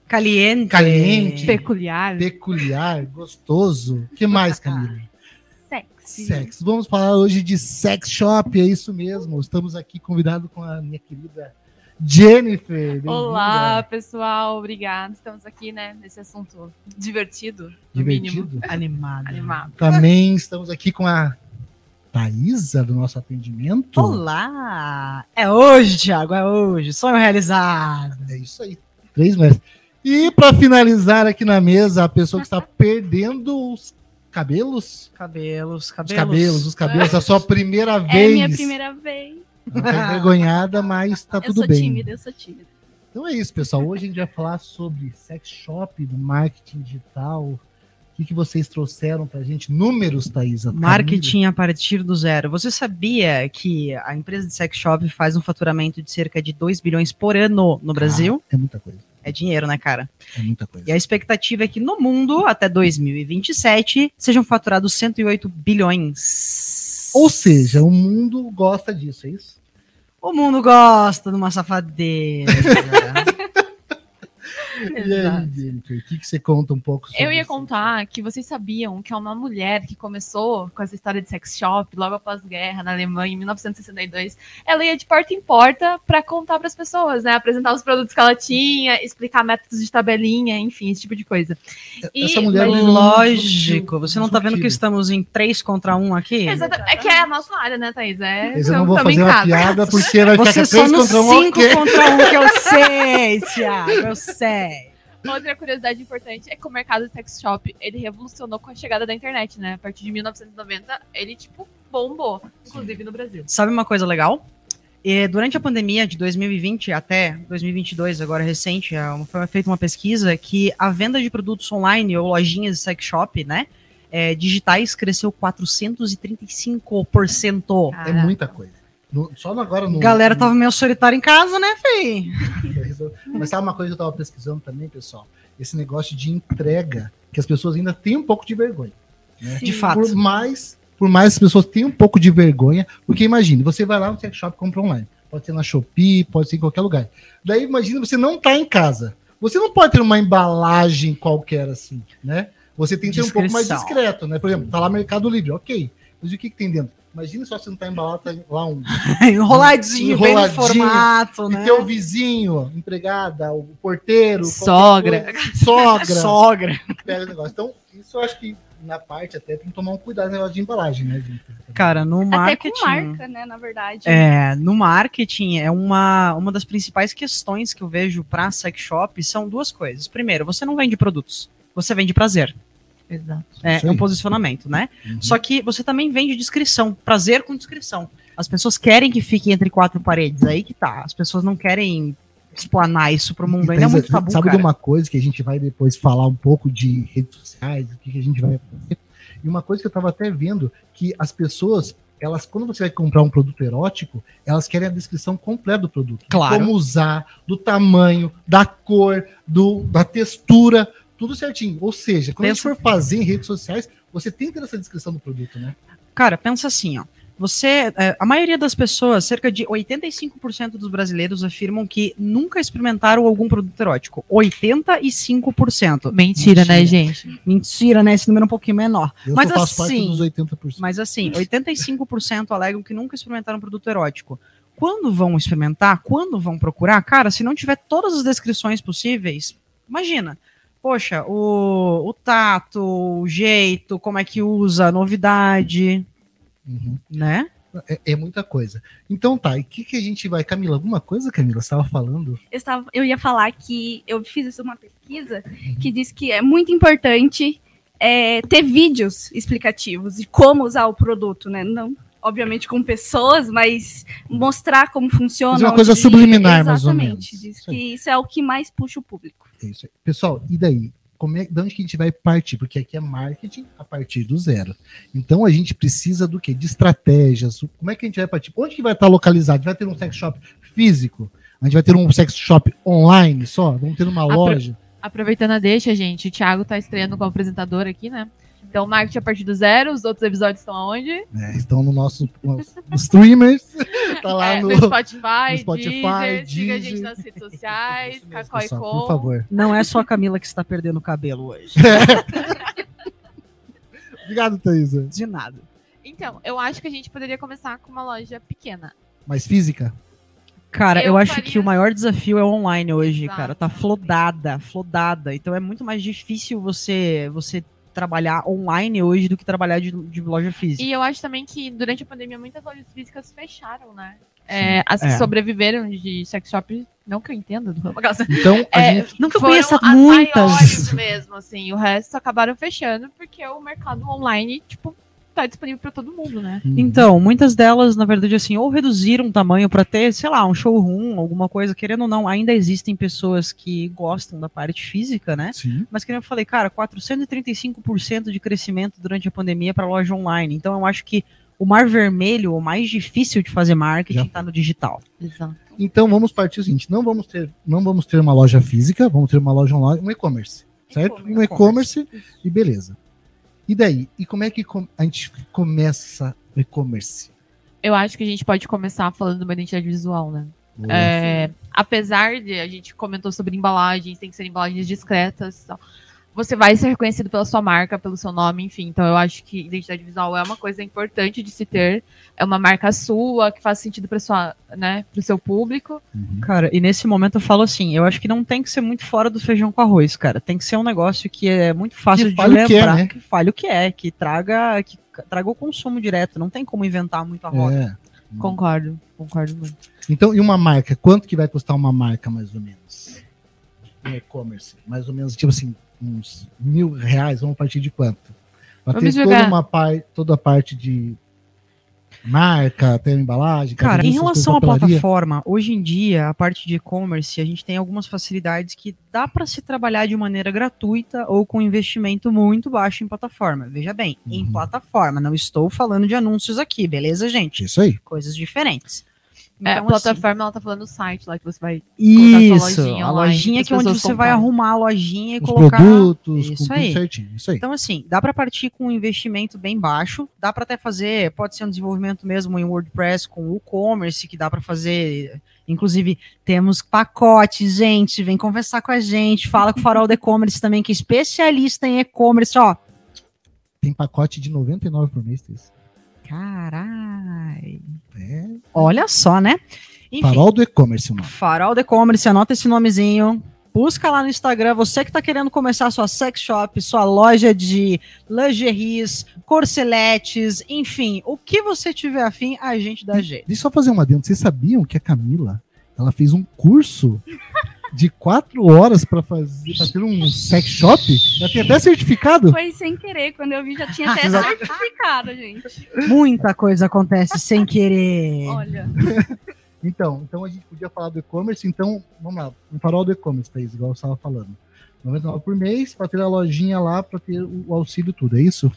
Caliente. Peculiar, gostoso. O que mais, Camila? Sexo. Vamos falar hoje de sex shop, é isso mesmo. Estamos aqui convidados com a minha querida Jennifer. Olá, pessoal. Obrigada. Estamos aqui, né, nesse assunto divertido. Divertido? Animado. Também estamos aqui com a Thaísa, do nosso atendimento. Olá! É hoje, Thiago, é hoje. Sonho realizado. É isso aí. 3 meses. E para finalizar aqui na mesa, a pessoa que está perdendo os cabelos, a sua primeira vez. É minha primeira vez. Ela tá envergonhada, mas tá tudo bem. Eu sou tímida. Então é isso, pessoal. Hoje a gente vai falar sobre sex shop, do marketing digital. O que vocês trouxeram pra gente? Números, Thaísa? Marketing a partir do zero. Você sabia que a empresa de sex shop faz um faturamento de cerca de 2 bilhões por ano no Brasil? É muita coisa. É dinheiro, né, cara? É muita coisa. E a expectativa é que no mundo, até 2027, sejam faturados 108 bilhões. Ou seja, o mundo gosta disso, é isso? O mundo gosta de uma safadeza. E aí, Jennifer, o que você conta um pouco sobre Eu ia isso? contar que vocês sabiam que é uma mulher que começou com essa história de sex shop logo após a guerra na Alemanha, em 1962. Ela ia de porta em porta para contar para as pessoas, né? Apresentar os produtos que ela tinha, explicar métodos de tabelinha, enfim, esse tipo de coisa. Essa mulher Mas não lógico, você não tá vendo que discutível. estamos em 3 contra 1 aqui? Exatamente. É que é a nossa área, né, Thaís? Mas eu não vou fazer uma piada porque vai ficar Você 3 só no contra 1. 5 ok. contra 1 que eu sei, Thiago, eu sei. Outra curiosidade importante é que o mercado de sex shop, ele revolucionou com a chegada da internet, né? A partir de 1990, ele, tipo, bombou, inclusive no Brasil. Sabe uma coisa legal? Durante a pandemia de 2020 até 2022, agora recente, foi feita uma pesquisa que a venda de produtos online ou lojinhas de sex shop, né, digitais cresceu 435%. É muita coisa. Só agora no. Galera tava meio solitária em casa, né, Fê? Mas sabe uma coisa que eu tava pesquisando também, pessoal? Esse negócio de entrega, que as pessoas ainda têm um pouco de vergonha. Né? De fato. Por mais as pessoas tenham um pouco de vergonha, porque imagine, você vai lá no sex shop e compra online. Pode ser na Shopee, pode ser em qualquer lugar. Daí imagina, você não tá em casa. Você não pode ter uma embalagem qualquer assim, né? Você tem que ser um pouco mais discreto, né? Por exemplo, tá lá Mercado Livre, ok. Mas o que tem dentro? Imagina só se não tá embalado, tá lá um... enroladinho, bem no formato, né? E ter o vizinho, empregada, o porteiro... Sogra. Sogra. Pega o negócio. Então, isso eu acho que na parte até tem que tomar um cuidado no negócio de embalagem, né, gente? Cara, no marketing... Até com marca, né, na verdade. No marketing, uma das principais questões que eu vejo para sex shop são 2 coisas. Primeiro, você não vende produtos, você vende prazer. Exato. É um posicionamento, né? Uhum. Só que você também vende descrição, prazer com descrição. As pessoas querem que fique entre 4 paredes, aí que tá. As pessoas não querem explanar isso pro mundo, ainda é muito tabu, sabe cara. de uma coisa que a gente vai depois falar um pouco de redes sociais, o que a gente vai fazer? E uma coisa que eu tava até vendo, que as pessoas, elas, quando você vai comprar um produto erótico, elas querem a descrição completa do produto. Claro. Como usar, do tamanho, da cor, da textura, tudo certinho. Ou seja, quando a gente for fazer em redes sociais, você tem que ter essa descrição do produto, né? Cara, pensa assim, ó. A maioria das pessoas, cerca de 85% dos brasileiros afirmam que nunca experimentaram algum produto erótico. 85%. Mentira, né, gente? Mentira, né? Esse número é um pouquinho menor. Eu só faço parte dos 80%. Mas assim, 85% alegam que nunca experimentaram um produto erótico. Quando vão experimentar, quando vão procurar, cara, se não tiver todas as descrições possíveis, imagina. Poxa, o tato, o jeito, como é que usa, a novidade, né? É muita coisa. Então tá, e o que a gente vai... Camila, alguma coisa, Camila? Você estava falando? Eu ia falar que eu fiz uma pesquisa que diz que é muito importante ter vídeos explicativos de como usar o produto, né? Não, obviamente, com pessoas, mas mostrar como funciona. Mas é uma coisa subliminar, mais ou menos. Exatamente. Diz que isso é o que mais puxa o público. É isso aí. Pessoal, e daí? De onde que a gente vai partir? Porque aqui é marketing a partir do zero. Então a gente precisa do quê? De estratégias. Como é que a gente vai partir? Onde que vai estar localizado? Vai ter um sex shop físico? A gente vai ter um sex shop online só? Vamos ter uma loja? Aproveitando a deixa, gente, o Thiago tá estreando como apresentador aqui, né? Então, marketing a partir do zero, os outros episódios estão aonde? Estão no nosso nos streamers, tá lá No Spotify, Deezer, siga a gente nas redes sociais, Cacau e pessoal, Com. por favor. Não é só a Camila que está perdendo o cabelo hoje. Obrigado, Thaisa. De nada. Então, eu acho que a gente poderia começar com uma loja pequena. Mais física? Cara, eu acho faria- que o maior desafio é o online hoje, Exato. cara. Tá flodada. Então é muito mais difícil você trabalhar online hoje do que trabalhar de loja física. E eu acho também que durante a pandemia muitas lojas físicas fecharam, né? As que É. sobreviveram de sex shop, não que eu entenda do ramo, Então, a gente... Não que eu foram conheça as muitas. maiores mesmo, assim. O resto acabaram fechando porque o mercado online, tipo, tá disponível pra todo mundo, né? Então, muitas delas, na verdade, assim, ou reduziram o tamanho pra ter, sei lá, um showroom, alguma coisa, querendo ou não, ainda existem pessoas que gostam da parte física, né? Sim. Mas que nem eu falei, cara, 435% de crescimento durante a pandemia para loja online. Então eu acho que o mar vermelho, o mais difícil de fazer marketing, Já. está no digital. Exato. Então, vamos partir o seguinte, não vamos ter uma loja física, vamos ter uma loja online, um e-commerce, certo? Um e-commerce e beleza. E daí? E como é que a gente começa o e-commerce? Eu acho que a gente pode começar falando de uma identidade visual, né? Apesar de a gente comentou sobre embalagens, tem que ser embalagens discretas e tal. Você vai ser reconhecido pela sua marca, pelo seu nome, enfim. Então eu acho que identidade visual é uma coisa importante de se ter. É uma marca sua, que faz sentido para sua, né, pro seu público. Cara, e nesse momento eu falo assim, eu acho que não tem que ser muito fora do feijão com arroz, cara. Tem que ser um negócio que é muito fácil Que de fale o que é, lembrar, né? que fale o que é, que traga o consumo direto. Não tem como inventar muito a roda. Concordo muito. Então, e uma marca? Quanto que vai custar uma marca, mais ou menos? Um e-commerce? Mais ou menos, tipo assim, uns R$1.000, vamos partir de quanto? Pra Vamos ter jogar. toda a parte de marca, até a embalagem. Cara, cadê em essas relação à coisas, papelaria? plataforma, hoje em dia, a parte de e-commerce, a gente tem algumas facilidades que dá para se trabalhar de maneira gratuita ou com investimento muito baixo em plataforma. Veja bem, em plataforma, não estou falando de anúncios aqui, beleza, gente? Isso aí. Coisas diferentes. A Então, plataforma, ela tá falando do site lá que você vai colocar sua isso, lojinha a online lojinha pras que é onde pessoas você vai comprarem. arrumar a lojinha e Os colocar produtos, isso com aí. tudo certinho. Isso aí. Então, assim, dá para partir com um investimento bem baixo, dá para até fazer, pode ser um desenvolvimento mesmo em WordPress com o e-commerce, que dá para fazer, inclusive, temos pacotes, gente, vem conversar com a gente, fala com o Farol de E-Commerce também, que é especialista em e-commerce, ó. Tem pacote de 99 por mês, isso. Carai. É. Olha só, né? Enfim, Farol do e-commerce, o nome. Farol de E-Commerce, anota esse nomezinho. Busca lá no Instagram, você que está querendo começar sua sex shop, sua loja de lingeries, corseletes, enfim, o que você tiver afim, a gente dá jeito. Deixa eu só fazer uma adendo. Vocês sabiam que a Camila, ela fez um curso de 4 horas para ter um sex shop? Ela tem até certificado? Foi sem querer, quando eu vi já tinha até certificado, gente. Muita coisa acontece sem querer. Olha, Então a gente podia falar do e-commerce, então, vamos lá, um farol do e-commerce, Thaís, igual você estava falando. 99 por mês, para ter a lojinha lá, para ter o auxílio tudo, é isso?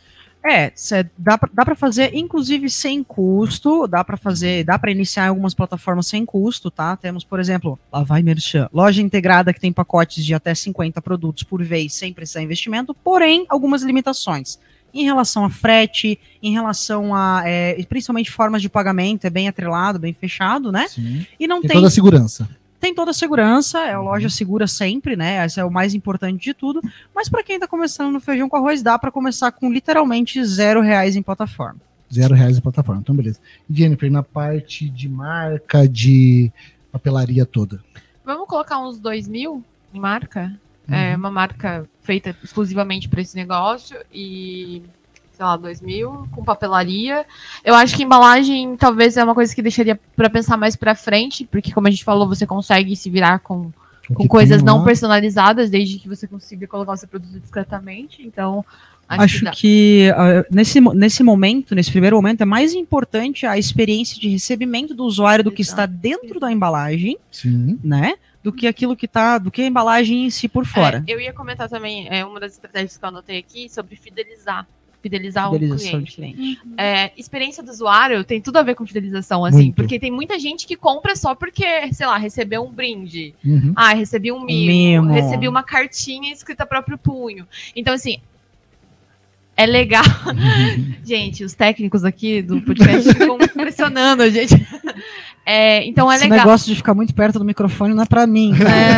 Dá pra fazer, inclusive, sem custo, dá pra iniciar em algumas plataformas sem custo, tá? Temos, por exemplo, lá vai Merchan, loja integrada que tem pacotes de até 50 produtos por vez, sem precisar de investimento, porém, algumas limitações. Em relação a frete, em relação a, principalmente formas de pagamento, é bem atrelado, bem fechado, né? Sim. E não Tem tem toda a segurança. tem toda a segurança, a loja segura sempre, né? Esse é o mais importante de tudo. Mas para quem tá começando no feijão com arroz, dá para começar com literalmente R$0 em plataforma. R$0 em plataforma, então beleza. E Jennifer, na parte de marca, de papelaria toda. Vamos colocar uns 2.000 em marca? É uma marca feita exclusivamente para esse negócio e, sei lá, 2.000 com papelaria. Eu acho que embalagem talvez é uma coisa que deixaria para pensar mais para frente, porque como a gente falou, você consegue se virar com coisas não personalizadas, desde que você consiga colocar o seu produto discretamente. Então, acho que nesse momento, nesse primeiro momento, é mais importante a experiência de recebimento do usuário do que está dentro da embalagem, Sim. né? Do que aquilo que tá, do que a embalagem em si por fora. Eu ia comentar também uma das estratégias que eu anotei aqui sobre fidelizar o Fidelização de cliente. cliente. Experiência do usuário tem tudo a ver com fidelização, assim, Muito. porque tem muita gente que compra só porque, sei lá, recebeu um brinde, Uhum. recebi um Mimo. recebi uma cartinha escrita a próprio punho. Então, assim, É legal. Gente, os técnicos aqui do podcast ficam pressionando a gente. Então é Esse legal. negócio de ficar muito perto do microfone não é pra mim.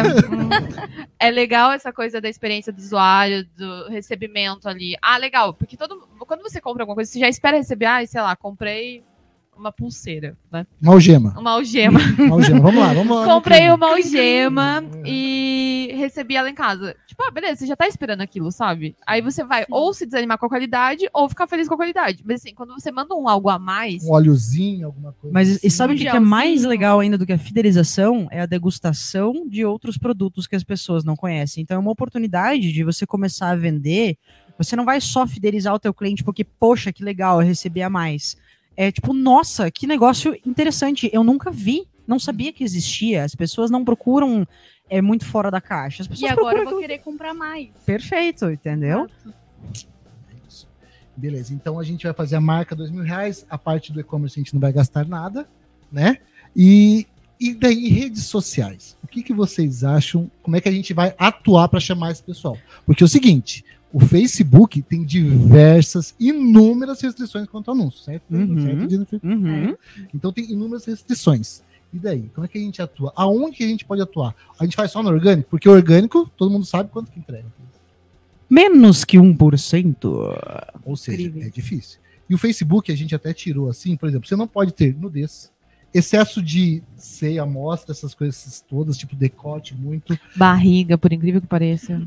É legal essa coisa da experiência do usuário, do recebimento ali. Legal, porque quando você compra alguma coisa, você já espera receber, sei lá, comprei uma pulseira, né? Uma algema. Uma algema. Uma algema. Vamos lá. Comprei uma algema e recebi ela em casa. Tipo, beleza, você já tá esperando aquilo, sabe? Aí você vai ou se desanimar com a qualidade ou ficar feliz com a qualidade. Mas assim, quando você manda algo a mais... Um óleozinho, alguma coisa. Mas assim. e sabe o que é mais legal ainda do que a fidelização? É a degustação de outros produtos que as pessoas não conhecem. Então é uma oportunidade de você começar a vender. Você não vai só fidelizar o teu cliente porque, poxa, que legal, eu recebi a mais. É tipo, nossa, que negócio interessante. Eu nunca vi, não sabia que existia. As pessoas não procuram muito fora da caixa. As pessoas E agora eu procuram vou querer comprar mais. Perfeito, entendeu? É isso. Beleza, então a gente vai fazer a marca R$2.000. A parte do e-commerce a gente não vai gastar nada, né? E daí, redes sociais. O que vocês acham? Como é que a gente vai atuar para chamar esse pessoal? Porque é o seguinte... O Facebook tem inúmeras restrições quanto ao anúncio, certo? Então tem inúmeras restrições. E daí? Como é que a gente atua? Aonde que a gente pode atuar? A gente faz só no orgânico? Porque o orgânico, todo mundo sabe quanto que entrega. Menos que 1%. Ou seja, Incrível. é difícil. E o Facebook a gente até tirou assim, por exemplo, você não pode ter nudez, excesso de ceia, amostra, essas coisas todas, tipo decote muito. Barriga, por incrível que pareça.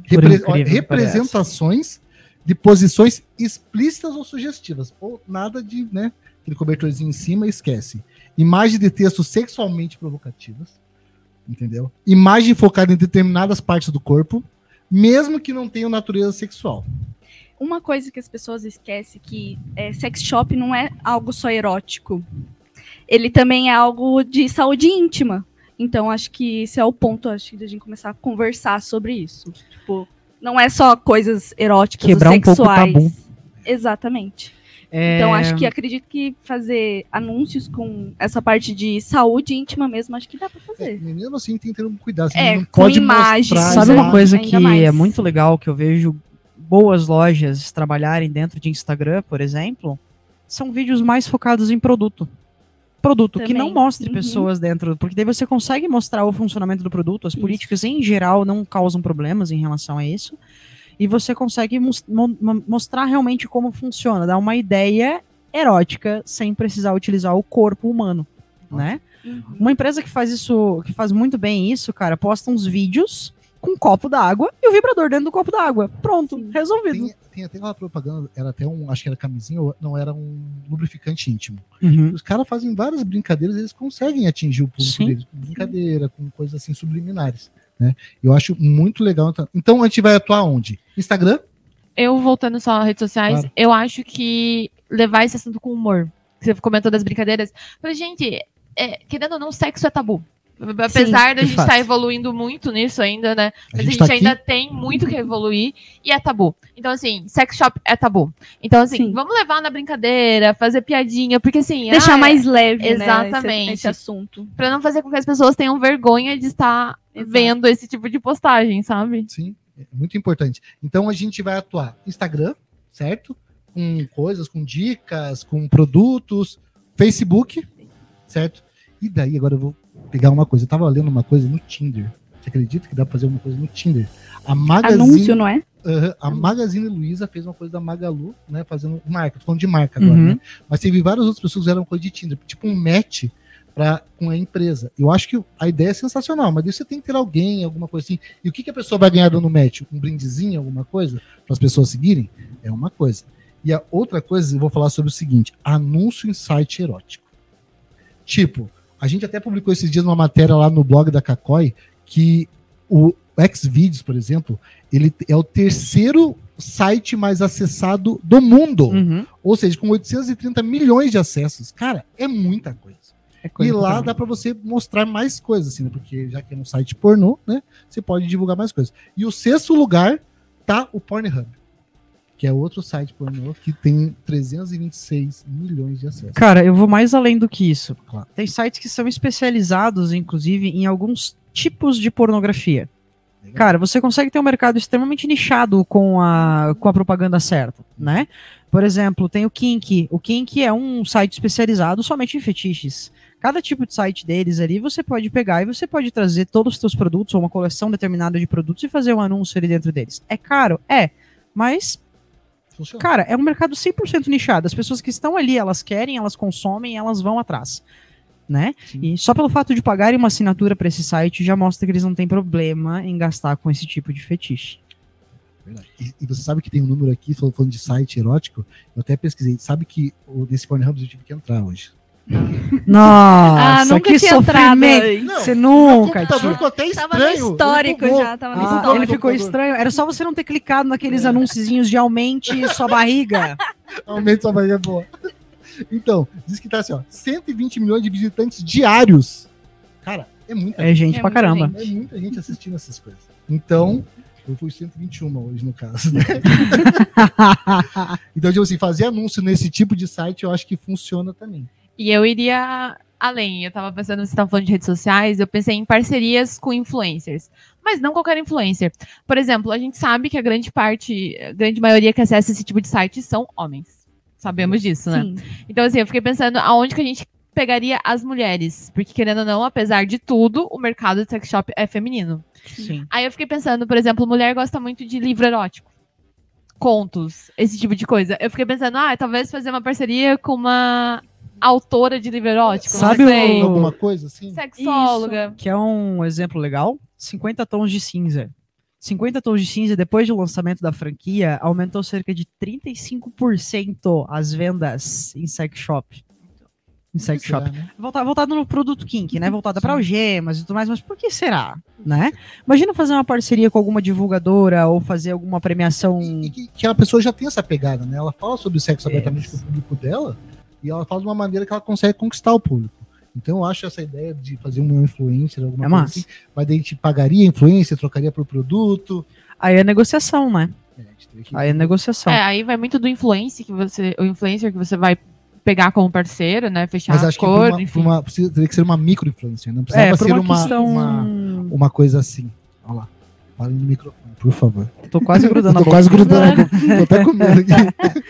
Representações de posições explícitas ou sugestivas. Ou nada de, né, aquele cobertorzinho em cima, esquece. Imagem de texto sexualmente provocativas, entendeu? Imagem focada em determinadas partes do corpo, mesmo que não tenham natureza sexual. Uma coisa que as pessoas esquecem que sex shop não é algo só erótico. Ele também é algo de saúde íntima. Então, acho que esse é o ponto, acho, de a gente começar a conversar sobre isso. Tipo, não é só coisas eróticas Quebrar ou um pouco o sexuais. tabu. Exatamente. Então, acredito que fazer anúncios com essa parte de saúde íntima mesmo, acho que dá pra fazer. Mesmo assim, tem que ter um cuidado. Não com pode imagens. Sabe uma coisa ainda que mais. é muito legal, que eu vejo boas lojas trabalharem dentro de Instagram, por exemplo, são vídeos mais focados em produto. Também. Que não mostre pessoas dentro, porque daí você consegue mostrar o funcionamento do produto, as políticas em geral não causam problemas em relação a isso, e você consegue mostrar realmente como funciona, dar uma ideia erótica sem precisar utilizar o corpo humano, né? Uma empresa que faz isso, que faz muito bem isso, cara, posta uns vídeos com um copo d'água e o vibrador dentro do copo d'água. Pronto, resolvido. Tem até uma propaganda, era até acho que era camisinha, ou não, era um lubrificante íntimo. Uhum. Os caras fazem várias brincadeiras, eles conseguem atingir o público deles, com brincadeira, com coisas assim subliminares, né? Eu acho muito legal. Então a gente vai atuar onde? Instagram? Eu, voltando só às redes sociais, Claro. eu acho que levar esse assunto com humor. Você comentou das brincadeiras. Falei, gente, querendo ou não, sexo é tabu. Apesar da gente estar evoluindo muito nisso ainda, né? Mas a gente ainda tem muito que evoluir e é tabu. Então, assim, sex shop é tabu. Então, assim, vamos levar na brincadeira, fazer piadinha, porque assim... Deixar mais leve, exatamente, né, esse assunto. Pra não fazer com que as pessoas tenham vergonha de estar vendo esse tipo de postagem, sabe? Sim, é muito importante. Então a gente vai atuar Instagram, certo? Com coisas, com dicas, com produtos, Facebook, certo? E daí, agora eu vou pegar uma coisa. Eu tava lendo uma coisa no Tinder. Você acredita que dá pra fazer uma coisa no Tinder? Anúncio, não é? A Magazine Luiza fez uma coisa da Magalu, né? Fazendo marca. Tô falando de marca agora, né? Mas teve várias outras pessoas que fizeram coisa de Tinder. Tipo um match com a empresa. Eu acho que a ideia é sensacional, mas daí você tem que ter alguém, alguma coisa assim. E o que a pessoa vai ganhar dando match? Um brindezinho, alguma coisa? Para as pessoas seguirem? É uma coisa. E a outra coisa, eu vou falar sobre o seguinte: anúncio em site erótico. Tipo, a gente até publicou esses dias uma matéria lá no blog da Cacói que o Xvideos, por exemplo, ele é o terceiro site mais acessado do mundo. Ou seja, com 830 milhões de acessos. Cara, é muita coisa. E lá dá para você mostrar mais coisas, assim, né? Porque já que é um site pornô, né? Você pode divulgar mais coisas. E o sexto lugar tá o Pornhub, que é outro site pornô que tem 326 milhões de acessos. Cara, eu vou mais além do que isso. Claro. Tem sites que são especializados, inclusive, em alguns tipos de pornografia. Cara, você consegue ter um mercado extremamente nichado com a propaganda certa, né? Por exemplo, tem o Kink. O Kink é um site especializado somente em fetiches. Cada tipo de site deles ali, você pode pegar e você pode trazer todos os seus produtos, ou uma coleção determinada de produtos e fazer um anúncio ali dentro deles. É caro? É. Mas, Funciona. cara, é um mercado 100% nichado. As pessoas que estão ali, elas querem, elas consomem, elas vão atrás. Né? E só pelo fato de pagarem uma assinatura para esse site já mostra que eles não têm problema em gastar com esse tipo de fetiche. Verdade. E você sabe que tem um número aqui, falando de site erótico, eu até pesquisei, sabe que nesse Pornhub eu tive que entrar hoje. Nossa, nunca que tinha entrado sofrimento! aí. Você nunca O computador tinha. ficou até Tava estranho. no histórico Ele bugou. já, tava no Ah, histórico. Ele ficou computador. estranho. Era só você não ter clicado naqueles anúnciozinhos de aumente sua barriga. Aumente sua barriga, boa. Então, diz que tá assim, ó, 120 milhões de visitantes diários. Cara, é muita É gente É pra muita caramba. gente. É muita gente assistindo essas coisas. Então, eu fui 121 hoje, no caso, né? Então, tipo assim, fazer anúncio nesse tipo de site, eu acho que funciona também. E eu iria além. Eu tava pensando, você tava falando de redes sociais, eu pensei em parcerias com influencers. Mas não qualquer influencer. Por exemplo, a gente sabe que a grande maioria que acessa esse tipo de site são homens. Sabemos disso, né? Sim. Então, assim, eu fiquei pensando aonde que a gente pegaria as mulheres. Porque, querendo ou não, apesar de tudo, o mercado de sex shop é feminino. Sim. Aí eu fiquei pensando, por exemplo, mulher gosta muito de livro erótico. Contos, esse tipo de coisa. Eu fiquei pensando, talvez fazer uma parceria com uma autora de livro erótico. Sabe não sei. o- Alguma coisa assim? Sexóloga. Que é um exemplo legal. 50 tons de cinza. 50 tons de cinza, depois do lançamento da franquia, aumentou cerca de 35% as vendas em sex shop. Em sex Será, shop. né? Voltado no produto kink, né? Voltada para algemas e tudo mais, mas por que será? Né? Imagina fazer uma parceria com alguma divulgadora ou fazer alguma premiação. E que a pessoa já tem essa pegada, né? Ela fala sobre sexo abertamente com o público dela e ela fala de uma maneira que ela consegue conquistar o público. Então eu acho essa ideia de fazer uma influencer, alguma É coisa massa. assim, mas daí a gente pagaria a influência, trocaria por produto. Aí é negociação, né? A gente teria que- Aí é negociação. Aí vai muito do influencer o influencer que você vai pegar como parceiro, né? Fechar Mas acho que acordo, por enfim. teria que ser uma micro-influencer, não precisava por ser uma questão. uma coisa assim. Olha lá. Fala no microfone, por favor. Tô quase grudando Eu tô quase grudando a boca. Tô até com medo aqui.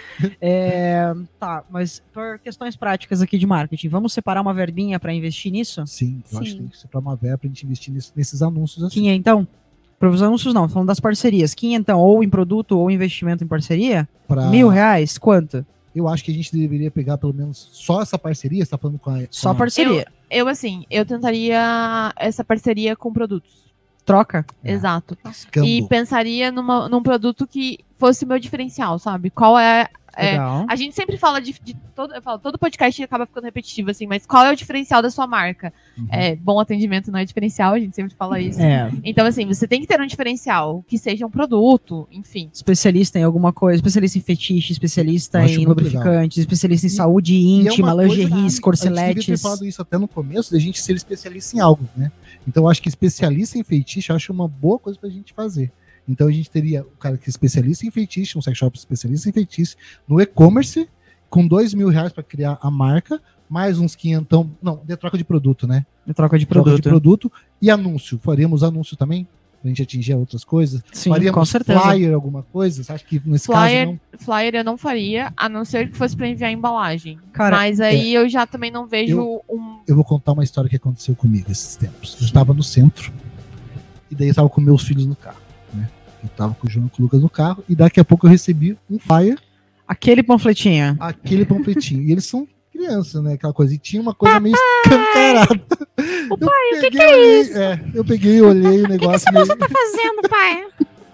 Tá, mas por questões práticas aqui de marketing, vamos separar uma verbinha para investir nisso? Sim, eu acho que Sim. tem que ser pra uma verba pra gente investir nesses anúncios assim. Quem é então? Para os anúncios não, falando das parcerias. Quem então, ou em produto ou investimento em parceria? Pra- R$1.000? Quanto? Eu acho que a gente deveria pegar pelo menos só essa parceria, você tá falando com a... Só com a- parceria. Eu tentaria essa parceria com produtos. Troca? É. Exato. Escambo. E pensaria num produto que fosse o meu diferencial, sabe? Qual é. Legal. A gente sempre fala de todo. Eu falo, todo podcast acaba ficando repetitivo, assim, mas qual é o diferencial da sua marca? Uhum. Bom atendimento não é diferencial, a gente sempre fala isso. É, Então, assim, você tem que ter um diferencial, que seja um produto, enfim. especialista em alguma coisa, especialista em fetiche, especialista Eu acho em muito lubrificantes, especialista em saúde E é íntima, uma coisa lingeries, que a gente devia ter corceletes. falado isso até no começo, da gente ser especialista em algo, né? Então eu acho que especialista em feitiço, eu acho uma boa coisa pra gente fazer. Então a gente teria o cara que é especialista em feitiço, um sex shop especialista em feitiço, no e-commerce, com R$2.000 para criar a marca, mais uns 500, não, de troca de produto, né? Troca de Troca produto. de produto e anúncio. Faríamos anúncio também, pra gente atingir outras coisas. Sim, Faríamos com certeza. flyer, alguma coisa. Você acha que nesse caso não? Flyer eu não faria, a não ser que fosse pra enviar embalagem. Cara, mas aí eu já também não vejo Eu vou contar uma história que aconteceu comigo esses tempos. Eu estava no centro e daí eu estava com meus filhos no carro, né? Eu estava com o João e com o Lucas no carro e daqui a pouco eu recebi um flyer, aquele panfletinho. aquele panfletinho. E eles são crianças, né? Aquela coisa. E tinha uma coisa meio escancarada. O pai, o que é isso? Eu peguei e olhei o negócio. O tá fazendo, pai?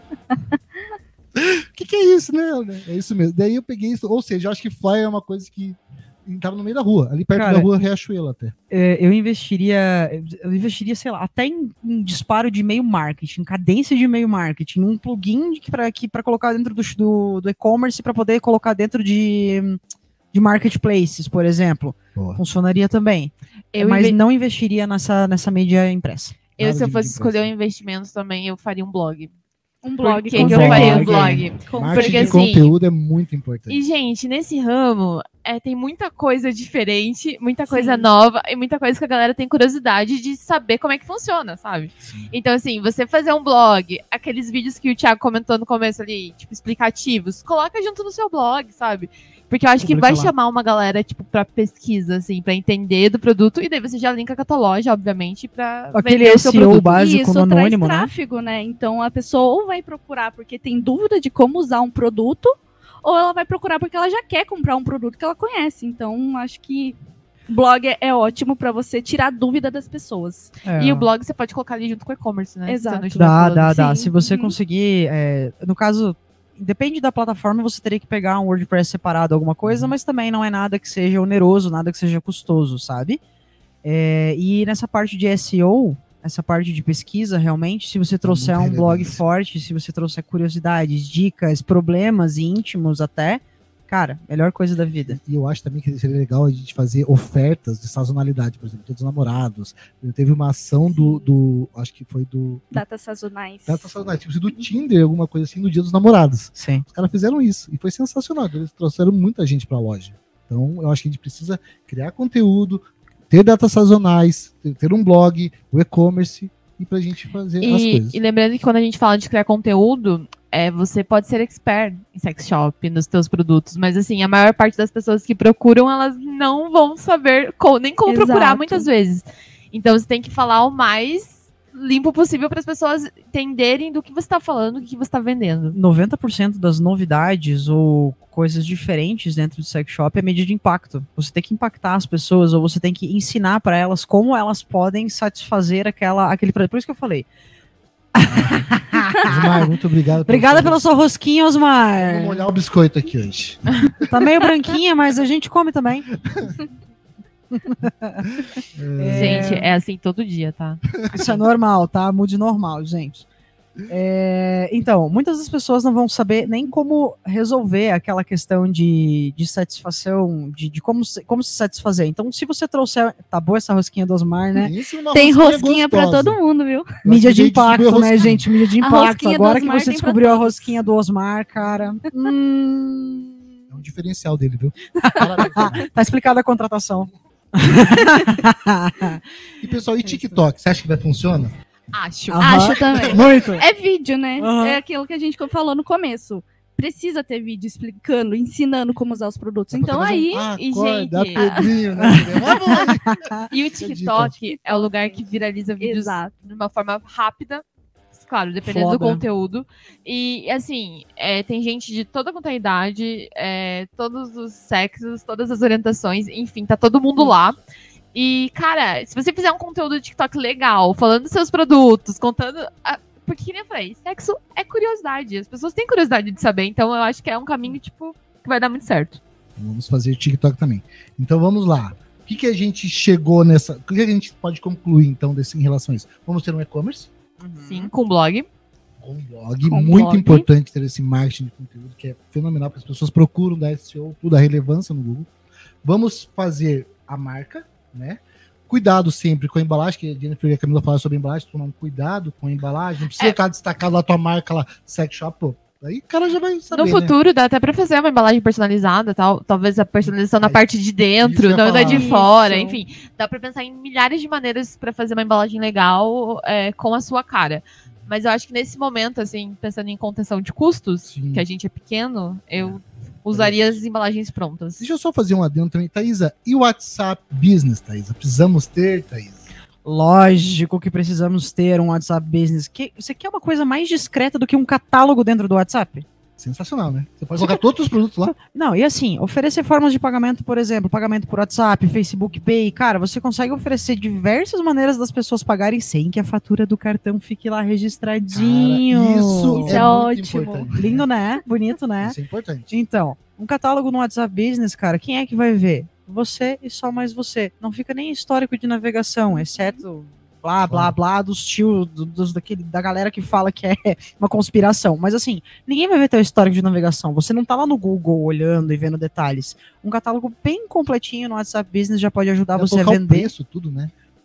que é isso, né? É isso mesmo. Daí eu peguei isso. Ou seja, eu acho que flyer é uma coisa que tava no meio da rua, ali perto Cara, da rua Riachuelo até. Eu investiria, sei lá, até em disparo de e-mail marketing, cadência de e-mail marketing, um plugin para colocar dentro do e-commerce para poder colocar dentro de marketplaces, por exemplo. Boa. Funcionaria também. Mas não investiria nessa mídia impressa. Se eu Nada fosse de escolher um impressão. investimento também, eu faria um blog. Um blog. Por que com que eu faria um certeza. blog? Marketing Porque, de assim, conteúdo é muito importante. E, gente, nesse ramo, tem muita coisa diferente, muita coisa nova e muita coisa que a galera tem curiosidade de saber como é que funciona, sabe? Sim. Então, assim, você fazer um blog, aqueles vídeos que o Thiago comentou no começo ali, tipo, explicativos, coloca junto no seu blog, sabe? Porque eu acho que vai chamar uma galera, tipo, pra pesquisa, assim, pra entender do produto, e daí você já linka com a tua loja, obviamente, pra Aquele vender o seu SEO produto. básico Isso no anônimo, traz né? tráfego, né? Então a pessoa ou vai procurar porque tem dúvida de como usar um produto, ou ela vai procurar porque ela já quer comprar um produto que ela conhece. Então acho que blog é ótimo pra você tirar a dúvida das pessoas. E o blog você pode colocar ali junto com o e-commerce, né? Exato. Se você não estiver falando. Dá. Sim. Se você Uhum. conseguir, no caso, depende da plataforma, você teria que pegar um WordPress separado, alguma coisa, mas também não é nada que seja oneroso, nada que seja custoso, sabe? E nessa parte de SEO, essa parte de pesquisa, realmente, se você trouxer muita um blog relevância. forte, se você trouxer curiosidades, dicas, problemas íntimos até, cara, melhor coisa da vida. E eu acho também que seria legal a gente fazer ofertas de sazonalidade, por exemplo, Dia dos Namorados. Teve uma ação acho que foi do Datas sazonais. Datas sazonais, tipo do Tinder, alguma coisa assim, no Dia dos Namorados. Sim. Os caras fizeram isso e foi sensacional. Eles trouxeram muita gente pra loja. Então, eu acho que a gente precisa criar conteúdo, ter datas sazonais, ter um blog, o e-commerce e pra gente fazer as coisas. E lembrando que quando a gente fala de criar conteúdo, você pode ser expert em sex shop, nos teus produtos, mas assim, a maior parte das pessoas que procuram, elas não vão saber nem como Exato. procurar muitas vezes. Então você tem que falar o mais limpo possível para as pessoas entenderem do que você está falando, o que você está vendendo. 90% das novidades ou coisas diferentes dentro do sex shop é mídia de impacto. Você tem que impactar as pessoas ou você tem que ensinar para elas como elas podem satisfazer aquele produto. Por isso que eu falei. Osmar, muito obrigado. Obrigada pela sua rosquinha, Osmar. Vamos molhar o biscoito aqui hoje. Tá meio branquinha, mas a gente come também. Gente, é assim todo dia, tá? Isso é normal, tá? Mude normal, gente. Então, muitas das pessoas não vão saber nem como resolver aquela questão de satisfação, de como se satisfazer. Então, se você trouxer... Tá boa essa rosquinha do Osmar, né? Isso é uma Tem rosquinha pra gostosa. todo mundo, viu? Mídia de que a gente descobriu impacto, a né, rosquinha. gente? Mídia de A impacto. rosquinha do Agora que Osmar você tem pra descobriu a todos. rosquinha do Osmar, cara. É um diferencial dele, viu? Parabéns. Tá explicada a contratação. E pessoal, e TikTok? Você acha que vai funcionar? Acho. Aham. Acho também. Muito. É vídeo, né? Aham. É aquilo que a gente falou no começo. Precisa ter vídeo explicando, ensinando como usar os produtos. Então aí, Acorda, gente, Pedrinho, né? E o TikTok é o lugar que viraliza vídeos exato. de uma forma rápida, claro, dependendo do Foda. conteúdo. E, assim, tem gente de toda quanto é idade, todos os sexos, todas as orientações, enfim, tá todo mundo lá. E, cara, se você fizer um conteúdo de TikTok legal, falando dos seus produtos, contando... Porque, que nem eu falei, sexo é curiosidade. As pessoas têm curiosidade de saber, então eu acho que é um caminho, tipo, que vai dar muito certo. Vamos fazer TikTok também. Então vamos lá. O que a gente chegou nessa... O que a gente pode concluir, então, em relação a isso? Vamos ter um e-commerce? Sim, com blog. Com blog. Com Muito blog. importante ter esse marketing de conteúdo, que é fenomenal, porque as pessoas procuram da SEO, tudo a relevância no Google. Vamos fazer a marca, né? Cuidado sempre com a embalagem, que a Jennifer e a Camila falaram sobre a embalagem, tomar um cuidado com a embalagem, não precisa ficar destacado lá a tua marca lá, sex shop, pô. Aí o cara já vai saber, No futuro, dá até pra fazer uma embalagem personalizada, tal. Talvez a personalização na parte de isso dentro, eu ia não da de falar. fora, Isso. enfim. Dá pra pensar em milhares de maneiras pra fazer uma embalagem legal com a sua cara. Mas eu acho que nesse momento, assim, pensando em contenção de custos, Sim. que a gente é pequeno, eu usaria as embalagens prontas. Deixa eu só fazer um adendo também. Thaisa, e o WhatsApp Business, Thaisa? Precisamos ter, Thaisa? Lógico que precisamos ter um WhatsApp Business. Você quer uma coisa mais discreta do que um catálogo dentro do WhatsApp? Sensacional, né? Você pode colocar todos os produtos lá. Não, e assim, oferecer formas de pagamento, por exemplo, pagamento por WhatsApp, Facebook Pay, cara, você consegue oferecer diversas maneiras das pessoas pagarem sem que a fatura do cartão fique lá registradinho. Cara, isso Isso é é muito ótimo. importante. Lindo, né? Bonito, né? Isso é importante. Então, um catálogo no WhatsApp Business, cara, quem é que vai ver? Você e só mais você. Não fica nem histórico de navegação, exceto blá, blá, blá, dos tios, da galera que fala que é uma conspiração. Mas assim, ninguém vai ver teu histórico de navegação. Você não tá lá no Google olhando e vendo detalhes. Um catálogo bem completinho no WhatsApp Business já pode ajudar Dá pra você a colocar o vender. preço, tudo, né?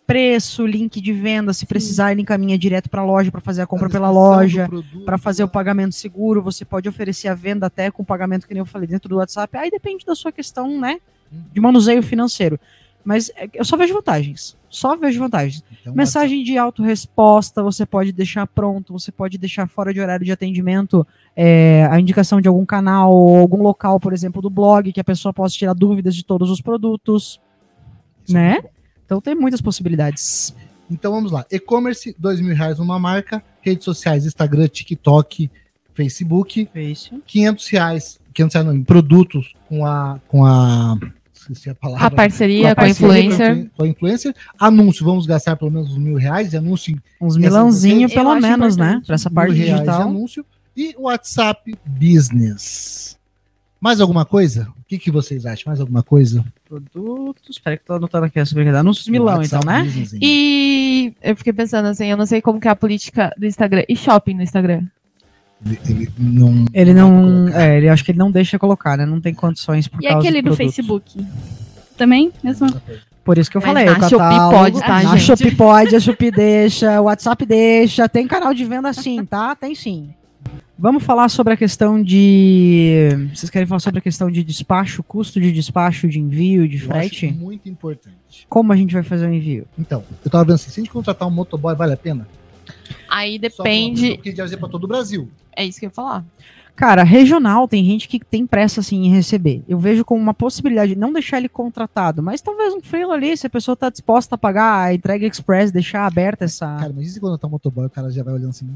preço, link de venda, se precisar, ele encaminha direto para a loja para fazer a compra A pela descrição do loja, produto, para fazer o né? pagamento seguro, você pode oferecer a venda até com pagamento, que nem eu falei, dentro do WhatsApp, aí depende da sua questão, né, de manuseio financeiro. Mas eu só vejo vantagens, Então, Mensagem de autorresposta, você pode deixar pronto, você pode deixar fora de horário de atendimento a indicação de algum canal ou algum local, por exemplo, do blog, que a pessoa possa tirar dúvidas de todos os produtos, isso é né? muito bom. Então tem muitas possibilidades. Então vamos lá. E-commerce, R$2.000 numa marca. Redes sociais, Instagram, TikTok, Facebook. É isso. R$500 não, em produtos com a esqueci a palavra. A parceria Com com a a parceria influencer. Com a influencer. Anúncio, vamos gastar pelo menos R$1.000 de anúncio. Uns Essa milãozinho, eu pelo acho menos, né? importante. Pra essa parte R$1.000 de digital. anúncio. E WhatsApp Business. Mais alguma coisa? O que vocês acham? Mais alguma coisa? Produtos. Espera que eu tô anotando aqui essa brincadeira. Anúncios milão, então, WhatsApp né? Business, hein? E eu fiquei pensando assim, eu não sei como que é a política do Instagram. E shopping no Instagram? Ele não. Ele não. colocar. Ele acho que ele não deixa colocar, né? Não tem condições por E causa aquele do do produto. Facebook? Também? Mesmo? Por isso que eu Mas falei, na o catálogo, Shopee pode, tá, na gente? Shopee pode, a Shopee deixa, o WhatsApp deixa, tem canal de venda sim, tá? Tem sim. Vamos falar sobre a questão de... Vocês querem falar sobre a questão de despacho, custo de despacho, de envio, de Eu acho frete? muito importante. Como a gente vai fazer o envio? Então, eu tava vendo assim, se a gente contratar um motoboy, vale a pena? Aí Só pra uma pessoa, depende. porque deve ser pra todo o Brasil. É isso que eu ia falar. Cara, regional tem gente que tem pressa assim em receber. Eu vejo como uma possibilidade de não deixar ele contratado, mas talvez um freelo ali, se a pessoa tá disposta a pagar a entrega express, deixar aberta essa... Cara, mas e se quando tá um motoboy, o cara já vai olhando assim.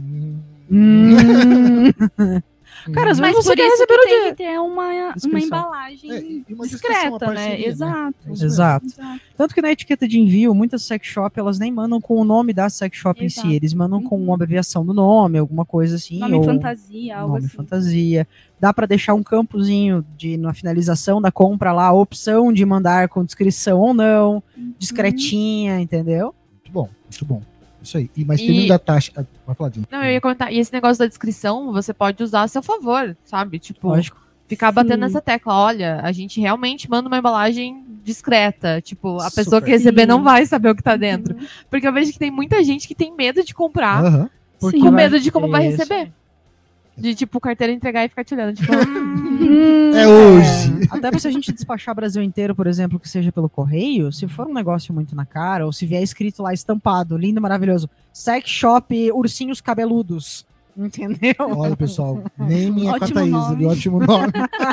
Hum. Cara, às vezes Mas você por quer isso receber que o tem dinheiro. que ter uma Descrição. embalagem e uma descrição, uma discreta, né? parceria, Exato. É isso mesmo. Exato. Exato. Tanto que na etiqueta de envio, muitas sex shop, elas nem mandam com o nome da sex shop em si, Exato. eles mandam com uma abreviação do nome, alguma coisa assim. Nome ou fantasia, algo nome assim. fantasia. Dá pra deixar um campozinho na finalização da compra lá, a opção de mandar com descrição ou não, discretinha, entendeu? Muito bom, muito bom. Isso aí. Mas E- termino da taxa. Vai falar, Dinho. Não, eu ia comentar. E esse negócio da descrição, você pode usar a seu favor, sabe? Tipo, Lógico. ficar batendo Sim. nessa tecla. Olha, a gente realmente manda uma embalagem discreta. Tipo, a pessoa Super. que receber Sim. não vai saber o que tá dentro. Porque eu vejo que tem muita gente que tem medo de comprar, Aham. Porque com vai- medo de como vai Isso. receber. De, tipo, carteira entregar e ficar te olhando. Tipo, É hoje. Até se a gente despachar Brasil inteiro, por exemplo, que seja pelo correio, se for um negócio muito na cara, ou se vier escrito lá, estampado, lindo, maravilhoso, sex shop ursinhos cabeludos, entendeu? Olha, pessoal, nem minha com a Ótimo Thaís, nome. viu? Ótimo nome.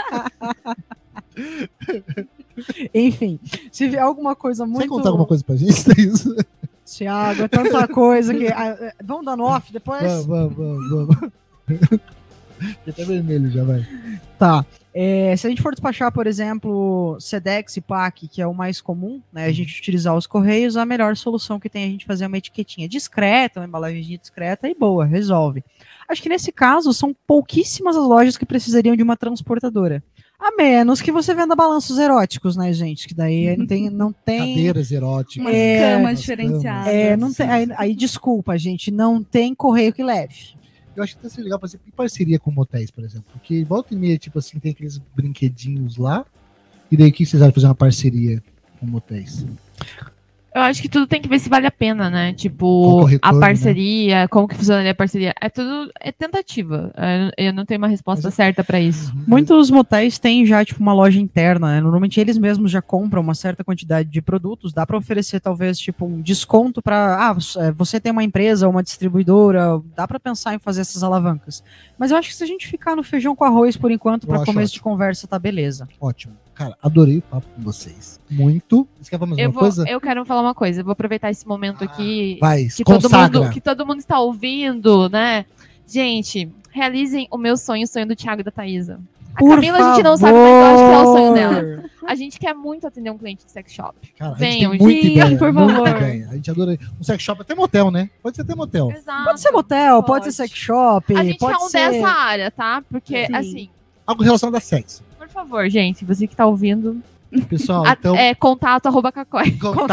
Enfim, se vier alguma coisa Você muito... quer contar alguma coisa pra gente, Thaís? Thiago, é tanta coisa que... vamos dar no off depois? Vamos. Fiquei até vermelho já, vai. Tá. Se a gente for despachar, por exemplo, Sedex e PAC, que é o mais comum, né, a gente utilizar os correios, a melhor solução que tem é a gente fazer uma etiquetinha discreta, uma embalagem discreta e boa, resolve. Acho que nesse caso são pouquíssimas as lojas que precisariam de uma transportadora. A menos que você venda balanços eróticos, né, gente? Que daí não tem... Cadeiras eróticas. Umas É, camas diferenciadas. não tem aí, desculpa, gente, não tem correio que leve. Eu acho que deve ser legal fazer em parceria com motéis, por exemplo. Porque volta e meia, tipo assim, tem aqueles brinquedinhos lá. E daí, o que vocês acham de fazer uma parceria com motéis? eu acho que tudo tem que ver se vale a pena, né? Qual que é Tipo, o a retorno, parceria, como que funcionaria a parceria. É tudo, é tentativa. Eu não tenho uma resposta certa pra isso. Muitos motéis têm já, tipo, uma loja interna, né? Normalmente eles mesmos já compram uma certa quantidade de produtos. Dá para oferecer, talvez, tipo, um desconto para... você tem uma empresa, uma distribuidora. Dá para pensar em fazer essas alavancas. Mas eu acho que se a gente ficar no feijão com arroz, por enquanto, Eu para acho começo de ótimo. conversa, tá beleza. Ótimo. Cara, adorei o papo com vocês. Muito. Você quer falar mais alguma coisa? Eu quero falar uma coisa. Eu vou aproveitar esse momento aqui Vai, que consagra. todo mundo está ouvindo, né? Gente, realizem o meu sonho, o sonho do Thiago e da Thaisa. A Por Camila a gente não sabe, mas eu acho que é o sonho dela. A gente quer muito atender um cliente de sex shop. Cara, a Venham, gente tem muita gente, ideia, por muita favor. ideia. A gente adora um sex shop, até motel, né? Pode ser até motel. Exato. Pode ser motel, pode ser sex shop, A gente pode quer um ser... dessa área, tá? Porque, Sim. assim, Algo relacionado a sexo. por favor, gente, você que tá ouvindo, Pessoal, então... contato@cacói.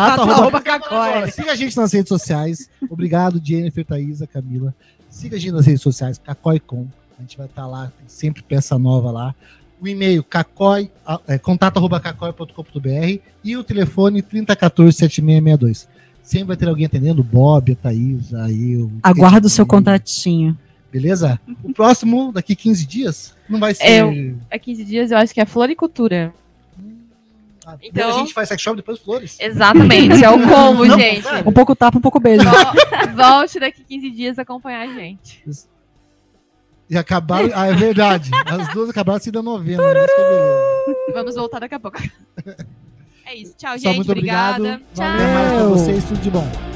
Ó, siga a gente nas redes sociais. Obrigado, Jennifer, Thaisa, Camila. Siga a gente nas redes sociais, CacóiCom. A gente vai estar lá, tem sempre peça nova lá. O e-mail, contato@cacói.com.br e o telefone 3014-7662. Sempre vai ter alguém atendendo, o Bob, a Thaís, aí eu. Aguardo o seu contatinho. Beleza? O próximo, daqui 15 dias, não vai ser. É 15 dias, eu acho que é floricultura. Então... a gente faz sex shop, depois flores. Exatamente, é o combo, Não, gente. cara. Um pouco tapa, um pouco beijo. Volte daqui 15 dias acompanhar a gente. E acabaram. Ah, é verdade. As duas acabaram se dando novena. Isso que é beleza. Vamos voltar daqui a pouco. É isso. Tchau, Pessoal, gente. muito Obrigada. obrigado. Valeu mais pra vocês, tudo de bom.